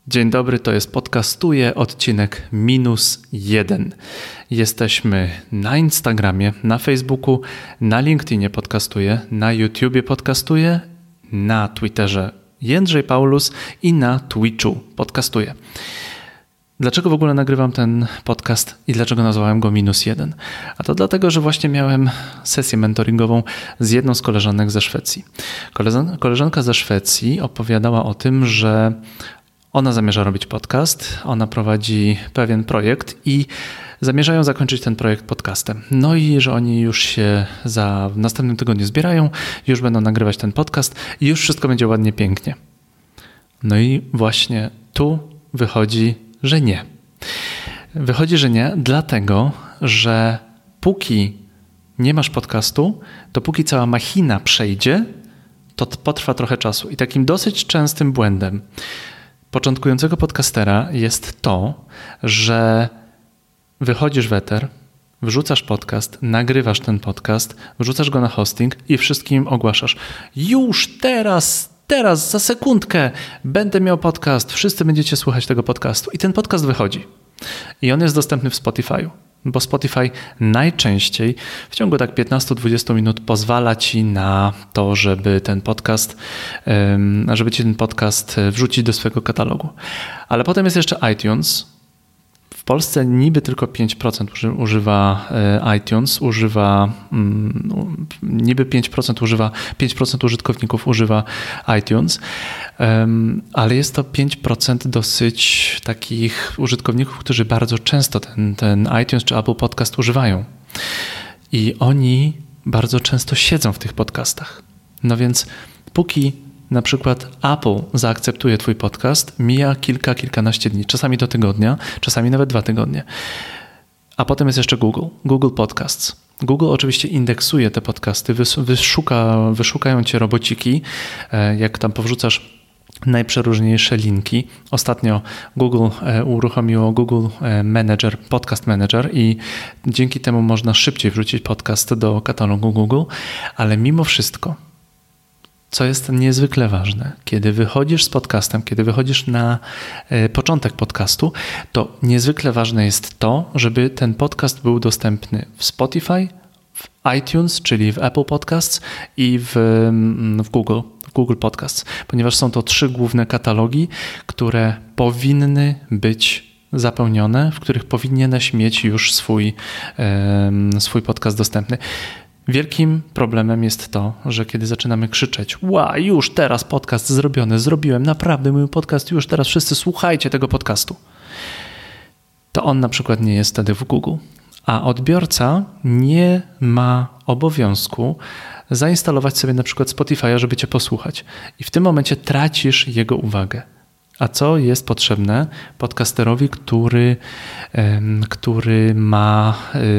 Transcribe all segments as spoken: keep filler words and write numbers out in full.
Dzień dobry, to jest Podcastuję, odcinek minus jeden. Jesteśmy na Instagramie, na Facebooku, na LinkedInie Podcastuję, na YouTubie Podcastuję, na Twitterze Jędrzej Paulus i na Twitchu Podcastuję. Dlaczego w ogóle nagrywam ten podcast i dlaczego nazwałem go minus jeden? A to dlatego, że właśnie miałem sesję mentoringową z jedną z koleżanek ze Szwecji. Koleżanka ze Szwecji opowiadała o tym, że ona zamierza robić podcast, ona prowadzi pewien projekt i zamierzają zakończyć ten projekt podcastem. No i że oni już się za w następnym tygodniu zbierają, już będą nagrywać ten podcast i już wszystko będzie ładnie, pięknie. No i właśnie tu wychodzi, że nie. Wychodzi, że nie, dlatego, że póki nie masz podcastu, to póki cała machina przejdzie, to potrwa trochę czasu. I takim dosyć częstym błędem początkującego podcastera jest to, że wychodzisz w eter, wrzucasz podcast, nagrywasz ten podcast, wrzucasz go na hosting i wszystkim ogłaszasz: już teraz, teraz, za sekundkę będę miał podcast, wszyscy będziecie słuchać tego podcastu. I ten podcast wychodzi. I on jest dostępny w Spotify'u, bo Spotify najczęściej w ciągu tak piętnaście do dwudziestu minut pozwala ci na to, żeby ten podcast, żeby ci ten podcast wrzucić do swojego katalogu. Ale potem jest jeszcze iTunes. W Polsce niby tylko pięć procent używa iTunes, używa niby pięć procent używa, pięć procent użytkowników używa iTunes, ale jest to pięć procent dosyć takich użytkowników, którzy bardzo często ten, ten iTunes czy Apple Podcast używają. I oni bardzo często siedzą w tych podcastach. No więc póki na przykład Apple zaakceptuje twój podcast, mija kilka, kilkanaście dni, czasami do tygodnia, czasami nawet dwa tygodnie. A potem jest jeszcze Google, Google Podcasts. Google oczywiście indeksuje te podcasty, wyszuka, wyszukają cię robociki, jak tam powrzucasz najprzeróżniejsze linki. Ostatnio Google uruchomiło Google Manager, Podcast Manager i dzięki temu można szybciej wrzucić podcast do katalogu Google, ale mimo wszystko, co jest niezwykle ważne, kiedy wychodzisz z podcastem, kiedy wychodzisz na początek podcastu, to niezwykle ważne jest to, żeby ten podcast był dostępny w Spotify, w iTunes, czyli w Apple Podcasts i w, w Google, w Google Podcasts, ponieważ są to trzy główne katalogi, które powinny być zapełnione, w których powinieneś mieć już swój, swój podcast dostępny. Wielkim problemem jest to, że kiedy zaczynamy krzyczeć: ła, już teraz podcast zrobiony, zrobiłem naprawdę mój podcast, już teraz wszyscy słuchajcie tego podcastu, to on na przykład nie jest wtedy w Google, a odbiorca nie ma obowiązku zainstalować sobie na przykład Spotify'a, żeby cię posłuchać i w tym momencie tracisz jego uwagę. A co jest potrzebne podcasterowi, który, który ma,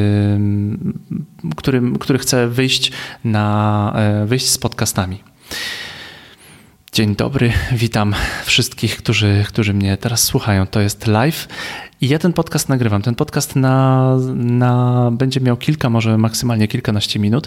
który, który chce wyjść, na, wyjść z podcastami? Dzień dobry, witam wszystkich, którzy, którzy mnie teraz słuchają. To jest live i ja ten podcast nagrywam. Ten podcast na, na, będzie miał kilka, może maksymalnie kilkanaście minut.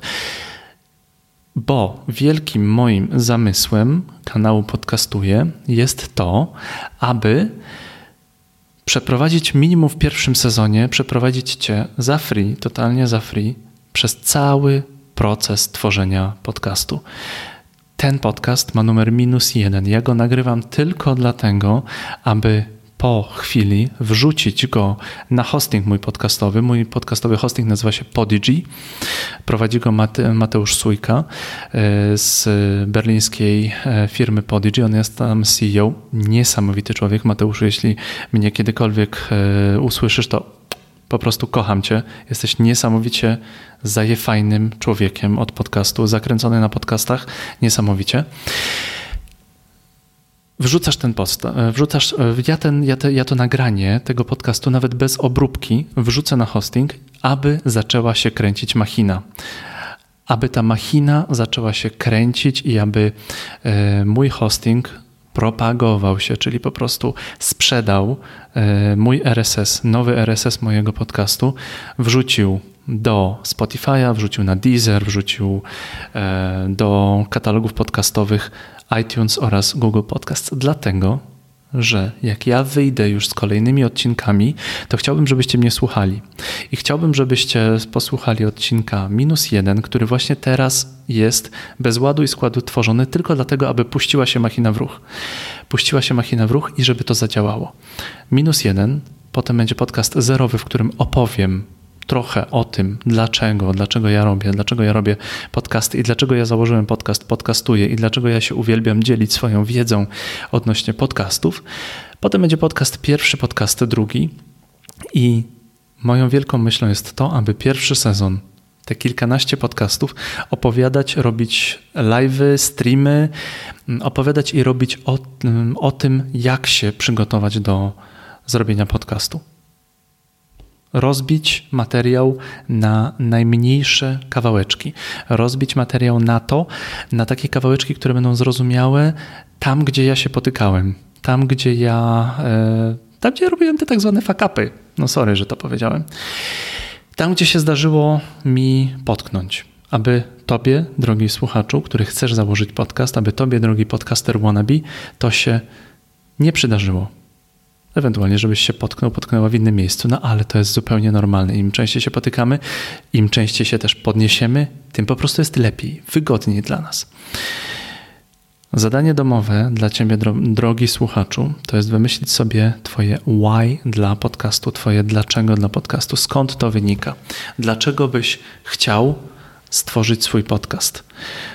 Bo wielkim moim zamysłem kanału Podcastuję jest to, aby przeprowadzić minimum w pierwszym sezonie, przeprowadzić cię za free, totalnie za free, przez cały proces tworzenia podcastu. Ten podcast ma numer minus jeden. Ja go nagrywam tylko dlatego, aby po chwili wrzucić go na hosting mój podcastowy. Mój podcastowy hosting nazywa się Podigy. Prowadzi go Mate, Mateusz Sójka z berlińskiej firmy Podigy. On jest tam C E O. Niesamowity człowiek. Mateuszu, jeśli mnie kiedykolwiek usłyszysz, to po prostu kocham cię. Jesteś niesamowicie zajefajnym człowiekiem od podcastu. Zakręcony na podcastach. Niesamowicie. Wrzucasz ten post, wrzucasz, ja, ten, ja, te, ja to nagranie tego podcastu nawet bez obróbki wrzucę na hosting, aby zaczęła się kręcić machina. Aby ta machina zaczęła się kręcić i aby e, mój hosting propagował się, czyli po prostu sprzedał e, mój R S S, nowy R S S mojego podcastu, wrzucił do Spotify'a, wrzucił na Deezer, wrzucił e, do katalogów podcastowych iTunes oraz Google Podcasts, dlatego, że jak ja wyjdę już z kolejnymi odcinkami, to chciałbym, żebyście mnie słuchali. I chciałbym, żebyście posłuchali odcinka minus jeden, który właśnie teraz jest bez ładu i składu tworzony tylko dlatego, aby puściła się machina w ruch. Puściła się machina w ruch i żeby to zadziałało. Minus jeden, potem będzie podcast zerowy, w którym opowiem trochę o tym, dlaczego, dlaczego ja robię, dlaczego ja robię podcasty i dlaczego ja założyłem podcast, podcastuję i dlaczego ja się uwielbiam dzielić swoją wiedzą odnośnie podcastów. Potem będzie podcast pierwszy, podcast drugi i moją wielką myślą jest to, aby pierwszy sezon, te kilkanaście podcastów, opowiadać, robić live'y, streamy, opowiadać i robić o, o tym, jak się przygotować do zrobienia podcastu. Rozbić materiał na najmniejsze kawałeczki. Rozbić materiał na to, na takie kawałeczki, które będą zrozumiałe tam, gdzie ja się potykałem. Tam, gdzie ja, e, tam, gdzie robiłem te tak zwane fuck-upy. No sorry, że to powiedziałem. Tam, gdzie się zdarzyło mi potknąć. Aby tobie, drogi słuchaczu, który chcesz założyć podcast, aby tobie, drogi podcaster wannabe, to się nie przydarzyło. Ewentualnie, żebyś się potknął, potknęła w innym miejscu. No ale to jest zupełnie normalne. Im częściej się potykamy, im częściej się też podniesiemy, tym po prostu jest lepiej, wygodniej dla nas. Zadanie domowe dla ciebie, drogi słuchaczu, to jest wymyślić sobie twoje why dla podcastu, twoje dlaczego dla podcastu, skąd to wynika. Dlaczego byś chciał stworzyć swój podcast.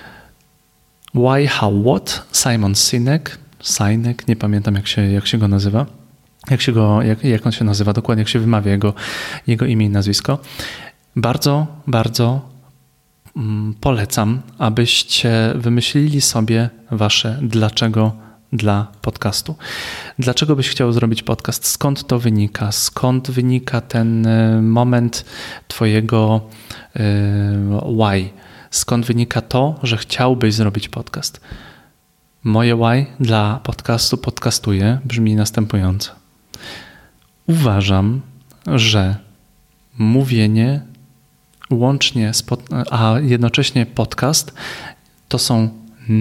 Why, how, what? Simon Sinek, Sinek, nie pamiętam jak się, jak się go nazywa. Jak, się go, jak, jak on się nazywa, dokładnie jak się wymawia jego, jego imię i nazwisko. Bardzo, bardzo mm, polecam, abyście wymyślili sobie wasze dlaczego dla podcastu. Dlaczego byś chciał zrobić podcast? Skąd to wynika? Skąd wynika ten moment twojego yy, why? Skąd wynika to, że chciałbyś zrobić podcast? Moje why dla podcastu podcastuję brzmi następująco. Uważam, że mówienie łącznie z pod, a jednocześnie podcast to są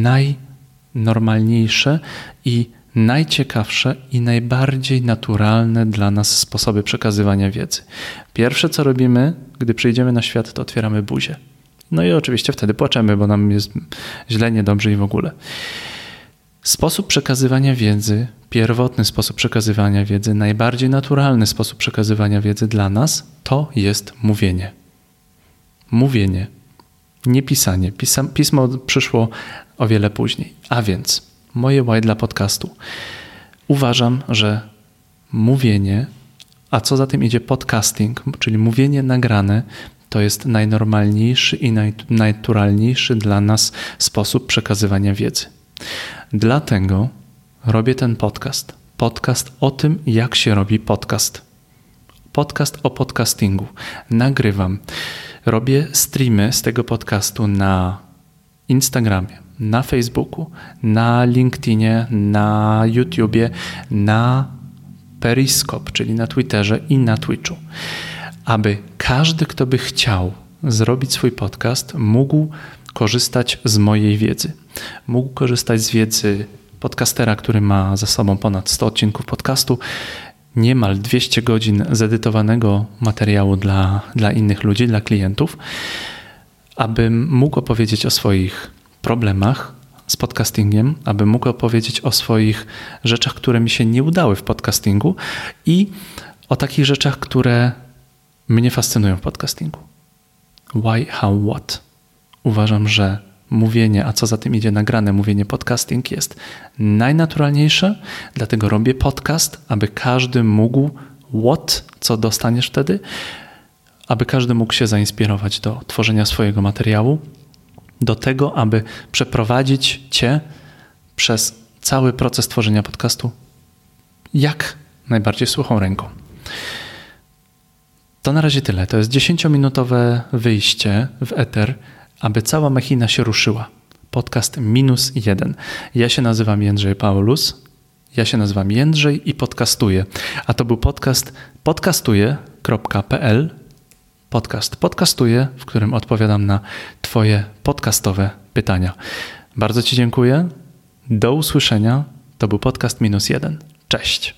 najnormalniejsze i najciekawsze i najbardziej naturalne dla nas sposoby przekazywania wiedzy. Pierwsze, co robimy, gdy przyjdziemy na świat, to otwieramy buzię. No i oczywiście wtedy płaczemy, bo nam jest źle, niedobrze i w ogóle. Sposób przekazywania wiedzy, pierwotny sposób przekazywania wiedzy, najbardziej naturalny sposób przekazywania wiedzy dla nas to jest mówienie. Mówienie, nie pisanie. Pisa, pismo przyszło o wiele później. A więc moje why dla podcastu. Uważam, że mówienie, a co za tym idzie podcasting, czyli mówienie nagrane, to jest najnormalniejszy i najnaturalniejszy dla nas sposób przekazywania wiedzy. Dlatego robię ten podcast. Podcast o tym, jak się robi podcast. Podcast o podcastingu. Nagrywam. Robię streamy z tego podcastu na Instagramie, na Facebooku, na LinkedInie, na YouTubie, na Periscope, czyli na Twitterze i na Twitchu. Aby każdy, kto by chciał zrobić swój podcast, mógł korzystać z mojej wiedzy. Mógł korzystać z wiedzy podcastera, który ma za sobą ponad sto odcinków podcastu, niemal dwieście godzin zedytowanego materiału dla, dla innych ludzi, dla klientów, abym mógł opowiedzieć o swoich problemach z podcastingiem, abym mógł opowiedzieć o swoich rzeczach, które mi się nie udały w podcastingu i o takich rzeczach, które mnie fascynują w podcastingu. Why, how, what? Uważam, że mówienie, a co za tym idzie nagrane mówienie, podcasting jest najnaturalniejsze, dlatego robię podcast, aby każdy mógł, what, co dostaniesz wtedy, aby każdy mógł się zainspirować do tworzenia swojego materiału, do tego, aby przeprowadzić cię przez cały proces tworzenia podcastu jak najbardziej suchą ręką. To na razie tyle. To jest dziesięciominutowe wyjście w eter, aby cała machina się ruszyła. Podcast minus jeden. Ja się nazywam Jędrzej Paulus. Ja się nazywam Jędrzej i podcastuję. A to był podcast podcastuję kropka pe el. Podcast podcastuję, w którym odpowiadam na twoje podcastowe pytania. Bardzo ci dziękuję. Do usłyszenia. To był podcast minus jeden. Cześć!